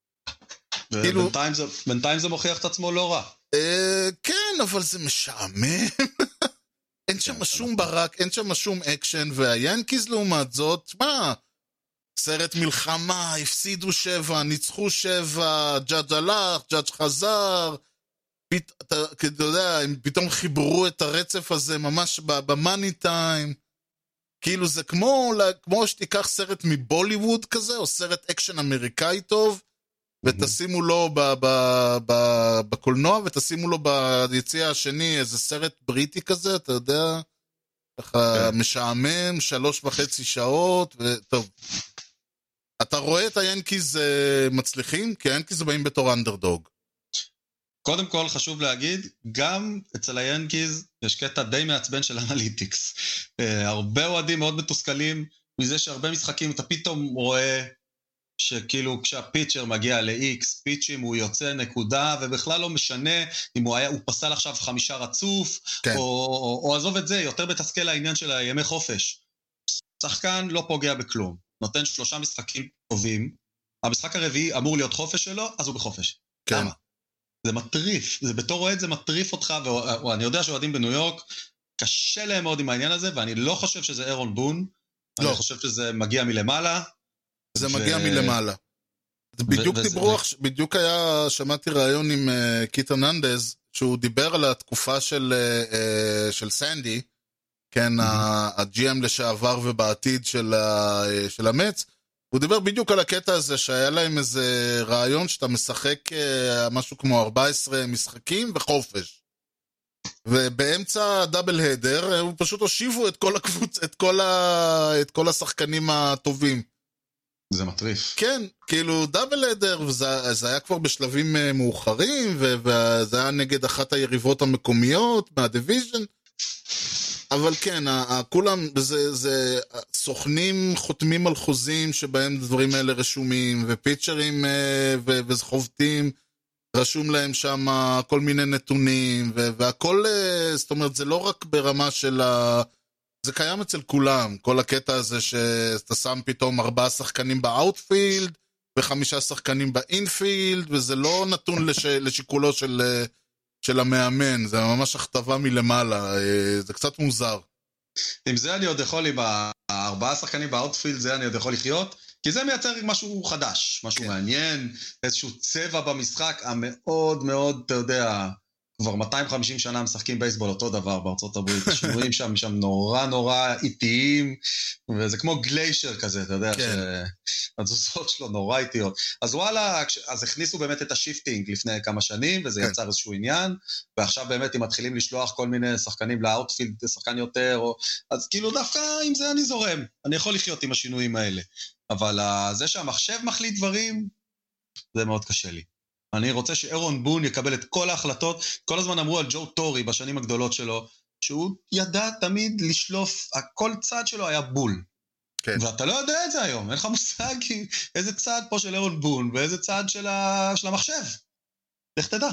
בינתיים זה מוכיח את עצמו לא רע. כן, אבל זה משעמם. אין שם שום ברק, אין שם שום אקשן, והיאנקיז לעומת זאת, מה? סרט מלחמה, הפסידו שבע, ניצחו שבע, ג'אג' הלך, ג'אג' חזר, אתה יודע, הם פתאום חיברו את הרצף הזה ממש במאני טיים, כאילו זה כמו, כמו שתיקח סרט מבוליווד כזה, או סרט אקשן אמריקאי טוב, ותשימו לו בקולנוע, ותשימו לו ביציע השני איזה סרט בריטי כזה, אתה יודע, ככה משעמם, שלוש וחצי שעות, וטוב. אתה רואה את היאנקיז מצליחים? כי היאנקיז באים בתור אנדרדוג. קודם כל חשוב להגיד, גם אצל היאנקיז יש קטע די מעצבן של אנליטיקס. הרבה אוהדים מאוד מתוסכלים מזה שהרבה משחקים אתה פתאום רואה שכאילו כשהפיצ'ר מגיע ל-X פיצ'ים הוא יוצא נקודה, ובכלל לא משנה אם הוא, היה, הוא פסל עכשיו חמישה רצוף, כן. או, או, או עזוב את זה, יותר בתסכל העניין של הימי חופש. שחקן לא פוגע בכלום, נותן שלושה משחקים טובים, המשחק הרביעי אמור להיות חופש שלו, אז הוא בחופש. כן. למה? זה מטריף, זה בתור אוהד זה מטריף אותך, ואני יודע שאוהדים בניו יורק, קשה להם מאוד עם העניין הזה, ואני לא חושב שזה אירון בון, לא. אני חושב שזה מגיע מלמעלה, זה ו... מגיע מלמעלה. בדיוק ו- דיברו, וזה... בדיוק היה, שמעתי רעיון עם uh, קיט הרננדז, שהוא דיבר על התקופה של, uh, של סנדי, כן, mm-hmm. ה-ג'י אם לשעבר ובעתיד של, uh, של המץ, הוא דיבר בדיוק על הקטע הזה, שהיה להם איזה רעיון שאתה משחק uh, משהו כמו ארבע עשרה משחקים וחופש. ובאמצע דאבל הדר, הוא פשוט הושיבו את כל הקבוצ... את כל, ה... את כל השחקנים הטובים. זה מטריף. כן, כאילו דאבל הדר, וזה זה היה כבר בשלבים מאוחרים, וזה היה נגד אחת היריבות המקומיות מהדיוויז'ן, אבל כן, כולם, זה, זה, סוכנים חותמים על חוזים שבהם דברים האלה רשומים, ופיצ'רים וחובטים, רשום להם שם כל מיני נתונים, והכל, זאת אומרת, זה לא רק ברמה של ה... זה קיים אצל כולם, כל הקטע הזה שאתה שם פתאום ארבעה שחקנים באוטפילד, וחמישה שחקנים באינפילד, וזה לא נתון לש... לשיקולו של, של המאמן, זה ממש הכתבה מלמעלה, זה קצת מוזר. עם זה אני עוד יכול, עם הארבעה שחקנים באוטפילד, זה אני עוד יכול לחיות, כי זה מייצר משהו חדש, משהו כן. מעניין, איזשהו צבע במשחק המאוד מאוד, אתה יודע... כבר מאתיים וחמישים שנה משחקים בייסבול אותו דבר בארצות הברית, השינויים שם, שם נורא נורא איטיים, וזה כמו גליישר כזה, אתה יודע, כן. שהתזוזות שלו נורא איטיות. אז וואלה, אז הכניסו באמת את השיפטינג לפני כמה שנים, וזה כן. יצר איזשהו עניין, ועכשיו באמת אם מתחילים לשלוח כל מיני שחקנים לאוטפילד, שחקן יותר, או... אז כאילו דווקא עם זה אני זורם, אני יכול לחיות עם השינויים האלה, אבל זה שהמחשב מחליט דברים, זה מאוד קשה לי. אני רוצה שאירון בון יקבל את כל ההחלטות, כל הזמן אמרו על ג'ו טורי בשנים הגדולות שלו, שהוא ידע תמיד לשלוף, כל צד שלו היה בול. כן. ואתה לא יודע את זה היום, אין לך מושג איזה צד פה של אירון בון, ואיזה צד של, ה... של המחשב. איך תדע?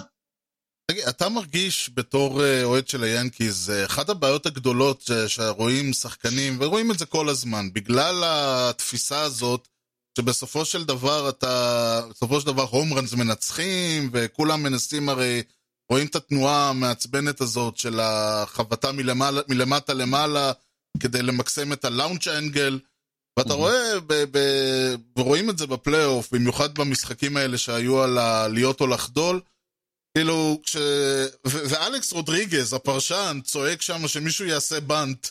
אתה מרגיש בתור אוהד של היאנקיז, אחת הבעיות הגדולות שרואים שחקנים, ורואים את זה כל הזמן, בגלל התפיסה הזאת, שבסופו של דבר אתה, בסופו של דבר הומרנס מנצחים, וכולם מנסים הרי, רואים את התנועה המעצבנת הזאת של החבטה מלמעלה, מלמטה למעלה, כדי למקסם את הלאונץ' אנגל, ואתה רואה, ב, ב, ורואים את זה בפלייאוף, במיוחד במשחקים האלה שהיו על להיות או לחדול, כאילו, כש... ו- ואלכס רודריגז, הפרשן, צועק שם שמישהו יעשה בנט,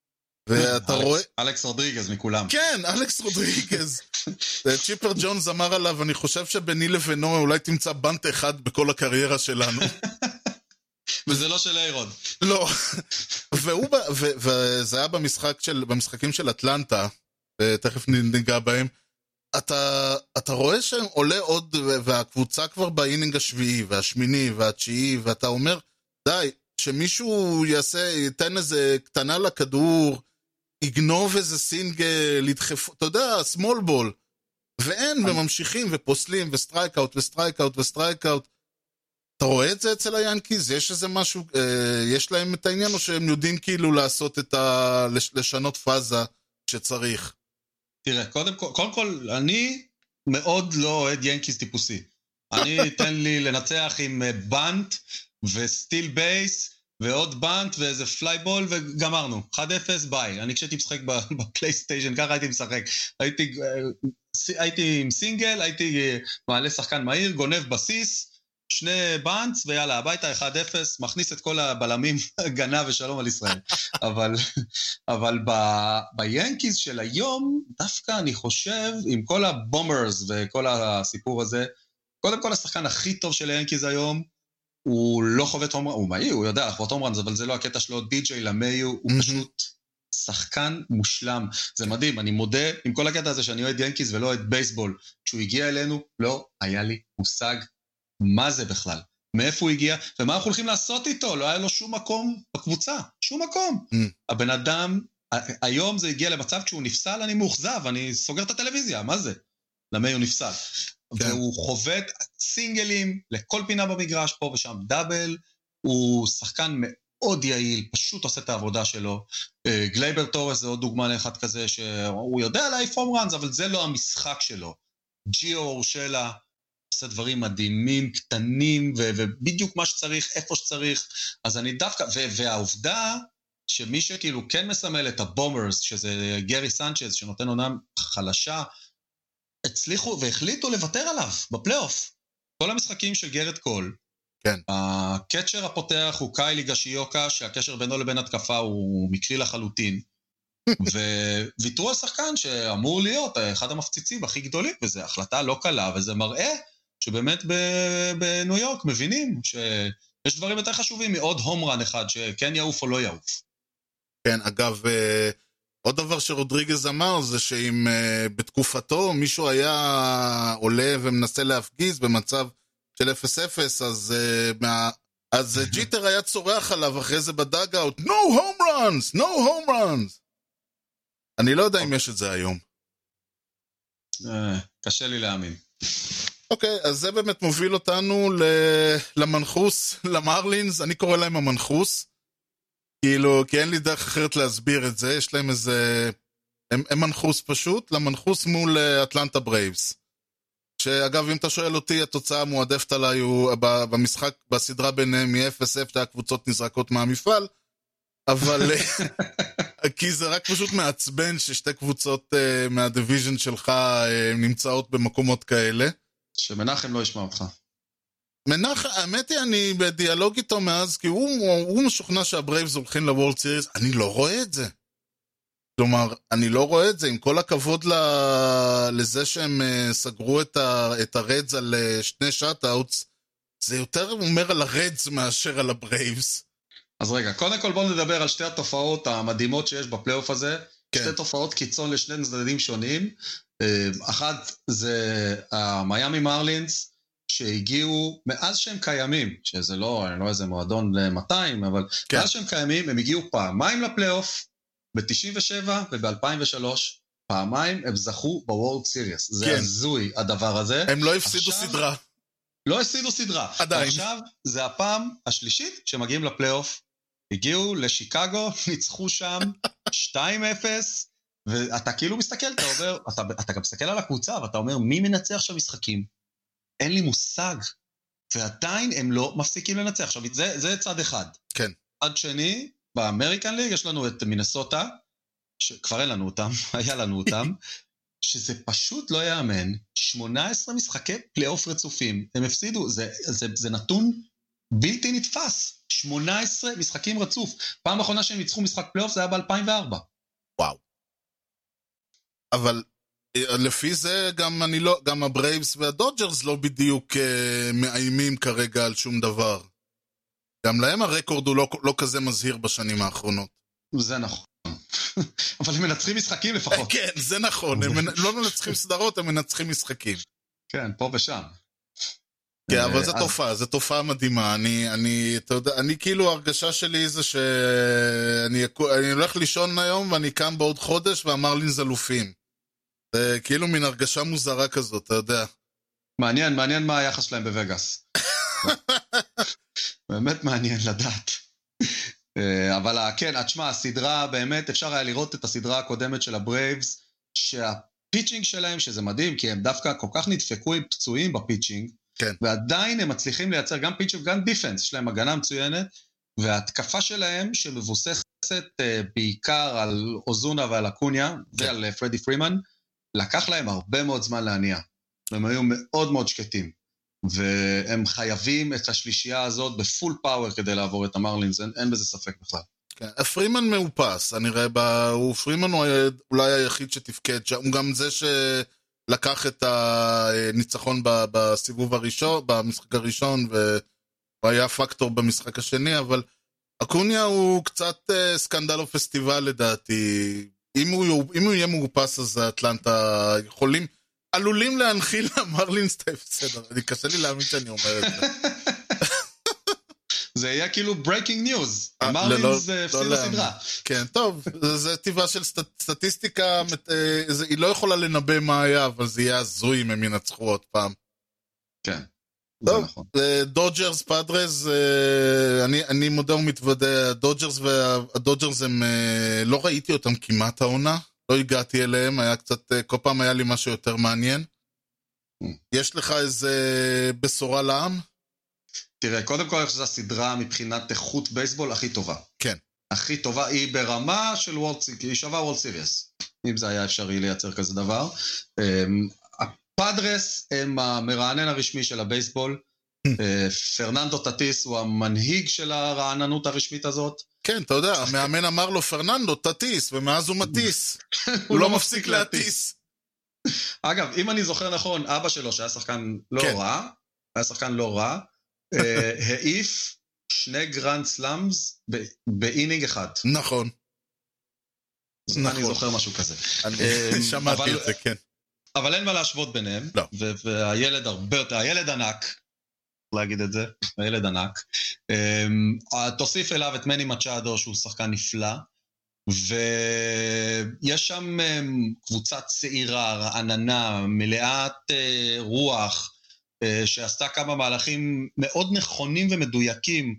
ואתה רואה... אלכס רודריגז מכולם. כן, אלכס רודריגז. צ'יפר ג'ונס אמר עליו, אני חושב שביני לבינו אולי תמצא בנט אחד בכל הקריירה שלנו. וזה לא של אירון. לא. והוא, וזה היה במשחק של, במשחקים של אטלנטה, ותכף ניגע בהם, אתה, אתה רואה שהם עולה עוד, והקבוצה כבר באינינג השביעי, והשמיני, והתשיעי, ואתה אומר, די, שמישהו יעשה, ייתן איזה קטנה לכדור, יגנוב איזה סינגל, ידחף, אתה יודע, small ball, ואין, וממשיכים, ופוסלים, וסטרייקאוט, וסטרייקאוט, וסטרייקאוט. אתה רואה את זה אצל היאנקיז? יש איזה משהו, אה, יש להם את העניין, או שהם יודעים כאילו לעשות את ה... לשנות פאזה שצריך? תראה, קודם כל, קודם כל, אני מאוד לא אוהד יאנקיז טיפוסי. אני אתן לי לנצח עם בנט, וסטיל בייס, ועוד בנט, ואיזה פלייבול, וגמרנו. אחד אפס, ביי. אני כשהייתי משחק בפלייסטיישן, ככה הייתי משחק. הייתי, הייתי עם סינגל, הייתי מעלה שחקן מהיר, גונב בסיס, שני בנץ, ויאללה, הביתה, אחד אפס, מכניס את כל הבלמים, גנה ושלום על ישראל. אבל, אבל ב, ביאנקיז של היום, דווקא אני חושב, עם כל הבומרס וכל הסיפור הזה, קודם כל השחקן הכי טוב של היאנקיז היום, הוא לא חובט הומרן, הוא מהיר, הוא יודע לחבוט הומרן, אבל זה לא הקטע שלו, די-ג'יי למיו, הוא פשוט שחקן מושלם. זה מדהים, אני מודה עם כל הקטע הזה שאני אוהד יאנקיז ולא אוהד בייסבול. כשהוא הגיע אלינו, לא היה לי מושג מה זה בכלל, מאיפה הוא הגיע, ומה אנחנו הולכים לעשות איתו, לא היה לו שום מקום בקבוצה, שום מקום. הבן אדם, היום זה הגיע למצב כשהוא נפסל, אני מאוכזב, אני סוגר את הטלוויזיה, מה זה? למיו נפסל. והוא חובט סינגלים לכל פינה במגרש, פה ושם דאבל, הוא שחקן מאוד יעיל, פשוט עושה את העבודה שלו. גלייבר טורס זה עוד דוגמה לאחד כזה, שהוא יודע להעיף הום ראנס, אבל זה לא המשחק שלו. ג'יו אורשלה עושה דברים מדהימים, קטנים, ובדיוק מה שצריך, איפה שצריך. אז אני דווקא, והעובדה שמי שכאילו כן מסמל את הבומרס, שזה גרי סנצ'ז, שנותן עונה חלשה, הצליחו והחליטו לוותר עליו בפלייאוף. כל המשחקים של גרד קול, כן. הקצ'ר הפותח הוא קיילי גשיוקה, שהקשר בינו לבין התקפה הוא מקרי לחלוטין, וויתרו על שחקן שאמור להיות אחד המפציצים הכי גדולים, וזו החלטה לא קלה, וזה מראה שבאמת בניו יורק מבינים שיש דברים יותר חשובים מעוד הומרן אחד, שכן יעוף או לא יעוף. כן, אגב, עוד דבר שרודריגז אמר, זה שאם בתקופתו מישהו היה עולה ומנסה להפגיז במצב של אפס אפס, אז, אז ג'יטר היה צורח עליו אחרי זה בדאג-אוט, no home runs, no home runs. אני לא יודע אם יש את זה היום. קשה לי להאמין. אוקיי, אז זה באמת מוביל אותנו למנחוס, למרלינס, אני קורא להם המנחוס, כאילו, כי אין לי דרך אחרת להסביר את זה, יש להם איזה, הם, הם מנחוס פשוט, למנחוס מול אטלנטה ברייבס. שאגב, אם אתה שואל אותי, התוצאה המועדפת עליי הוא במשחק, בסדרה ביניהם מ-אפס אפס, הקבוצות נזרקות מהמפעל, אבל כי זה רק פשוט מעצבן ששתי קבוצות uh, מהדיוויז'ן שלך uh, נמצאות במקומות כאלה. שמנחם לא ישמע אותך. מנחם, האמת היא, אני בדיאלוג איתו מאז, כי הוא, הוא משוכנע שהברייבס הולכים לוורלד סיריס, אני לא רואה את זה. כלומר, אני לא רואה את זה, עם כל הכבוד לזה שהם uh, סגרו את, ה, את הרדס על uh, שני שאט-אוטס, זה יותר אומר על הרדס מאשר על הברייבס. אז רגע, קודם כל בואו נדבר על שתי התופעות המדהימות שיש בפלייאוף הזה, כן. שתי תופעות קיצון לשני צדדים שונים, אחת זה המיימי מרלינס, שהגיעו מאז שהם קיימים, שזה לא, לא איזה מועדון ל-מאתיים, אבל כן. מאז שהם קיימים, הם הגיעו פעמיים לפלייאוף, ב-תשעים ושבע וב-אלפיים ושלוש, פעמיים הם זכו בוורלד סיריס, זה כן. הזוי הדבר הזה. הם לא הפסידו עכשיו, סדרה. לא הפסידו סדרה. עדיין. עכשיו זה הפעם השלישית שמגיעים לפלייאוף, הגיעו לשיקגו, ניצחו שם שתיים אפס, ואתה כאילו מסתכל, אתה אומר, אתה, אתה גם מסתכל על הקבוצה, ואתה אומר, מי מנצח שם משחקים? אין לי מושג. ועדיין הם לא מפסיקים לנצח. עכשיו, זה, זה צד אחד. כן. צד שני, באמריקן ליג יש לנו את מינסוטה, שכבר אין לנו אותם, היה לנו אותם, שזה פשוט לא יאמן, שמונה עשרה משחקי פלייאוף רצופים, הם הפסידו, זה, זה, זה נתון בלתי נתפס, שמונה עשרה משחקים רצוף, פעם האחרונה שהם ניצחו משחק פלייאוף זה היה ב-אלפיים וארבע. וואו. אבל לפי זה גם אני לא, גם הברייבס והדודג'רס לא בדיוק uh, מאיימים כרגע על שום דבר. גם להם הרקורד הוא לא, לא כזה מזהיר בשנים האחרונות. זה נכון. אבל הם מנצחים משחקים לפחות. כן, זה נכון, הם לא מנצחים סדרות, הם מנצחים משחקים. כן, פה ושם. כן, אבל זו תופעה, זו תופעה מדהימה. אני, אני, אתה יודע, אני כאילו, ההרגשה שלי זה שאני אני הולך לישון היום, ואני קם בעוד חודש, והמרלינס אלופים. זה כאילו מין הרגשה מוזרה כזאת, אתה יודע. מעניין, מעניין מה היחס שלהם בווגאס. באמת מעניין לדעת. אבל כן, תשמע, הסדרה, באמת אפשר היה לראות את הסדרה הקודמת של הברייבס, שהפיצ'ינג שלהם, שזה מדהים, כי הם דווקא כל כך נדפקו עם פצועים בפיצ'ינג, כן. ועדיין הם מצליחים לייצר גם פיצ'ינג וגם דיפנס, יש להם הגנה מצוינת, וההתקפה שלהם, שמבוססת בעיקר על אוזונה ועל אקוניה, כן. ועל פרדי פרימן, לקח להם הרבה מאוד זמן להניע, והם היו מאוד מאוד שקטים. והם חייבים את השלישייה הזאת בפול פאוור כדי לעבור את המרלינס, אין, אין בזה ספק בכלל. כן, פרימן מאופס, אני רואה, בה, פרימן הוא אולי היחיד שתפקד, הוא גם זה שלקח את הניצחון בסיבוב הראשון, במשחק הראשון, והוא היה פקטור במשחק השני, אבל אקוניה הוא קצת סקנדל או פסטיבל לדעתי, אם הוא, אם הוא יהיה מאופס אז אטלנטה יכולים, עלולים להנחיל למרלינס את ההפסד, אני קשה לי להאמין שאני אומר את זה. זה יהיה כאילו breaking news, המרלינס הפסיד לסדרה. כן, טוב, זה טבעה של סטטיסטיקה, היא לא יכולה לנבא מה היה, אבל זה יהיה הזוי אם הם ינצחו עוד פעם. כן, זה נכון. דודג'רס, פאדרס, אני מודה ומתוודה, הדודג'רס והדודג'רס הם, לא ראיתי אותם כמעט העונה, לא הגעתי אליהם, היה קצת, כל פעם היה לי משהו יותר מעניין. יש לך איזה בשורה לעם? תראה, קודם כל, זו הסדרה מבחינת איכות בייסבול הכי טובה. כן. הכי טובה, היא ברמה של וולד סיריס, היא שווה וולד סיריס, אם זה היה אפשרי לייצר כזה דבר. הפאדרס הם המרענן הרשמי של הבייסבול, פרננדו טטיס הוא המנהיג של הרעננות הרשמית הזאת. כן, אתה יודע, המאמן אמר לו פרננדו טטיס, ומאז הוא מטיס. הוא לא מפסיק להטיס. אגב, אם אני זוכר נכון, אבא שלו, שהיה שחקן לא רע, היה שחקן לא רע, העיף שני גרנד סלאמס באינינג אחד. נכון. אני זוכר משהו כזה. אני שמעתי את זה, כן. אבל אין מה להשוות ביניהם, והילד הרבה יותר, הילד ענק, להגיד את זה, הילד ענק. תוסיף אליו את מני מצ'אדו, שהוא שחקן נפלא, ויש שם קבוצה צעירה, רעננה, מלאת רוח, שעשתה כמה מהלכים מאוד נכונים ומדויקים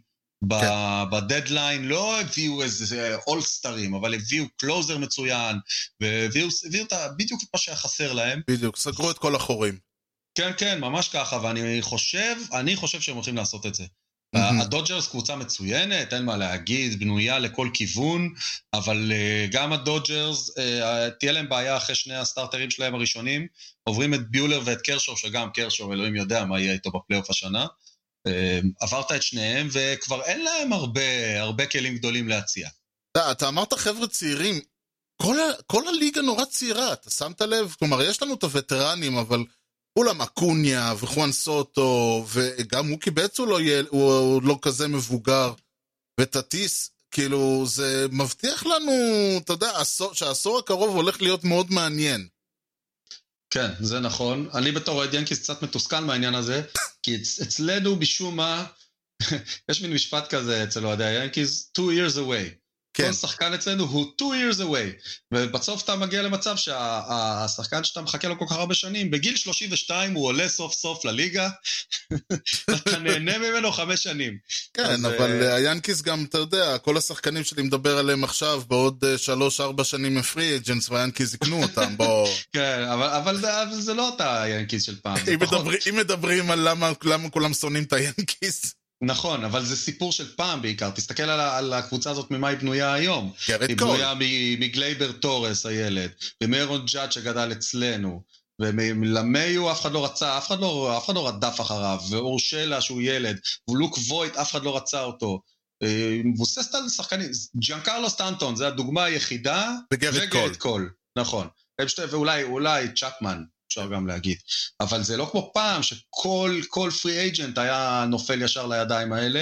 בדדליין, לא הביאו איזה אולסטרים, אבל הביאו קלוזר מצוין, והביאו בדיוק את מה שהיה חסר להם. בדיוק, סגרו את כל החורים. כן, כן, ממש ככה, ואני חושב, אני חושב שהם הולכים לעשות את זה. הדודג'רס קבוצה מצוינת, אין מה להגיד, בנויה לכל כיוון, אבל גם הדודג'רס, תהיה להם בעיה אחרי שני הסטארטרים שלהם הראשונים, עוברים את ביולר ואת קרשור, שגם קרשור, אלוהים יודע מה יהיה איתו בפלייאוף השנה, עברת את שניהם, וכבר אין להם הרבה, הרבה כלים גדולים להציע. אתה אמרת חבר'ה צעירים, כל, כל הליגה נורא צעירה, אתה שמת לב? כלומר, יש לנו את הווטרנים, אבל כולם אקוניה וחואן סוטו, וגם הוא קיבץ הוא לא, יהיה, הוא לא כזה מבוגר, וטטיס, כאילו, זה מבטיח לנו, אתה יודע, שהעשור הקרוב הולך להיות מאוד מעניין. כן, זה נכון. אני בתור אוהד ינקיס קצת מתוסכל מהעניין הזה, כי אצלנו בשום מה, יש מין משפט כזה אצל אוהדי ינקיס, two years away. כן. כל שחקן אצלנו הוא two years away, ובסוף אתה מגיע למצב שהשחקן שאתה מחכה לו כל כך הרבה שנים, בגיל שלושים ושתיים הוא עולה סוף סוף לליגה, אתה נהנה ממנו חמש שנים. כן, אז, אבל uh... היאנקיס גם, אתה יודע, כל השחקנים שלי מדבר עליהם עכשיו, בעוד שלוש ארבע שנים מפרי אג'נס, והיאנקיס יקנו אותם, בוא... כן, אבל, אבל, זה, אבל זה לא אותה היאנקיס של פעם. אם, מדבר, אם מדברים על למה, למה כולם שונאים את היאנקיס... נכון, אבל זה סיפור של פעם בעיקר. תסתכל על, על הקבוצה הזאת ממה היא בנויה היום. היא בנויה מגלייבר טורס, הילד, ומאירון ג'אד שגדל אצלנו, ולמיו אף אחד לא רצה, אף אחד לא, אף אחד לא רדף אחריו, ואורשלה שהוא ילד, ולוק וויט אף אחד לא רצה אותו. מבוססת על שחקנים, ג'אנקרלו סטנטון, זה הדוגמה היחידה, וגרד קול. נכון. ואולי, אולי צ'אפמן. אפשר גם להגיד, אבל זה לא כמו פעם שכל כל פרי אייג'נט היה נופל ישר לידיים האלה, כן.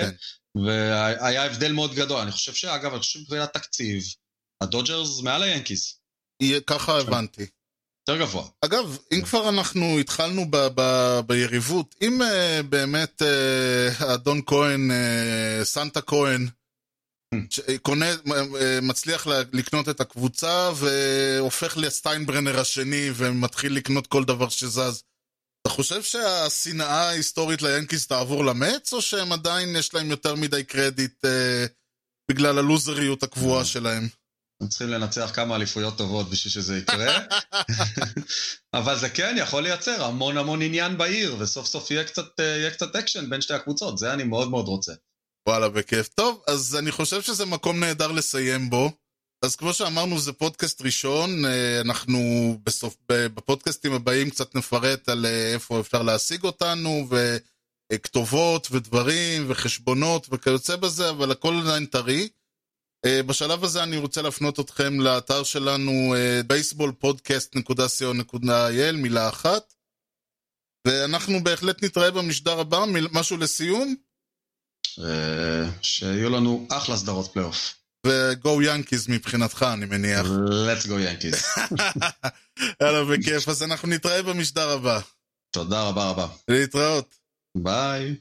והיה הבדל מאוד גדול. אני חושב שאגב, אני חושב שבגלל התקציב, הדודג'רס מעל היאנקיז. ככה הבנתי. יותר גבוה. אגב, אם כבר אנחנו התחלנו ב- ב- ביריבות, אם uh, באמת uh, אדון כהן, uh, סנטה כהן, קונה, מצליח לקנות את הקבוצה והופך לסטיינברנר השני ומתחיל לקנות כל דבר שזז, אתה חושב שהשנאה ההיסטורית ליאנקיז תעבור למץ, או שהם עדיין יש להם יותר מדי קרדיט אה, בגלל הלוזריות הקבועה שלהם? הם צריכים לנצח כמה אליפויות טובות בשביל שזה יקרה. אבל זה כן יכול לייצר המון המון עניין בעיר, וסוף סוף יהיה קצת, יהיה קצת אקשן בין שתי הקבוצות. זה אני מאוד מאוד רוצה. וואלה, בכיף. טוב, אז אני חושב שזה מקום נהדר לסיים בו. אז כמו שאמרנו, זה פודקאסט ראשון. אנחנו בסוף, בפודקאסטים הבאים קצת נפרט על איפה אפשר להשיג אותנו, וכתובות ודברים וחשבונות וכיוצא בזה, אבל הכל עדיין טרי. בשלב הזה אני רוצה להפנות אתכם לאתר שלנו, בייסבול פודקאסט נקודה סי או נקודה איי אל, מילה אחת. ואנחנו בהחלט נתראה במשדר הבא. משהו לסיום? שיהיו לנו אחלה סדרות פלייאוף. וגו ינקיז מבחינתך, אני מניח. Let's go ינקיז. יאללה, בכיף. אז אנחנו נתראה במשדר הבא. תודה רבה רבה. להתראות. ביי.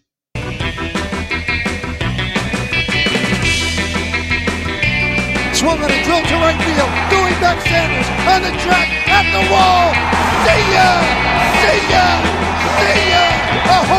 Swung on a drill to right field. Doing back Sanders on the track at the wall. See ya! See ya! See ya! A home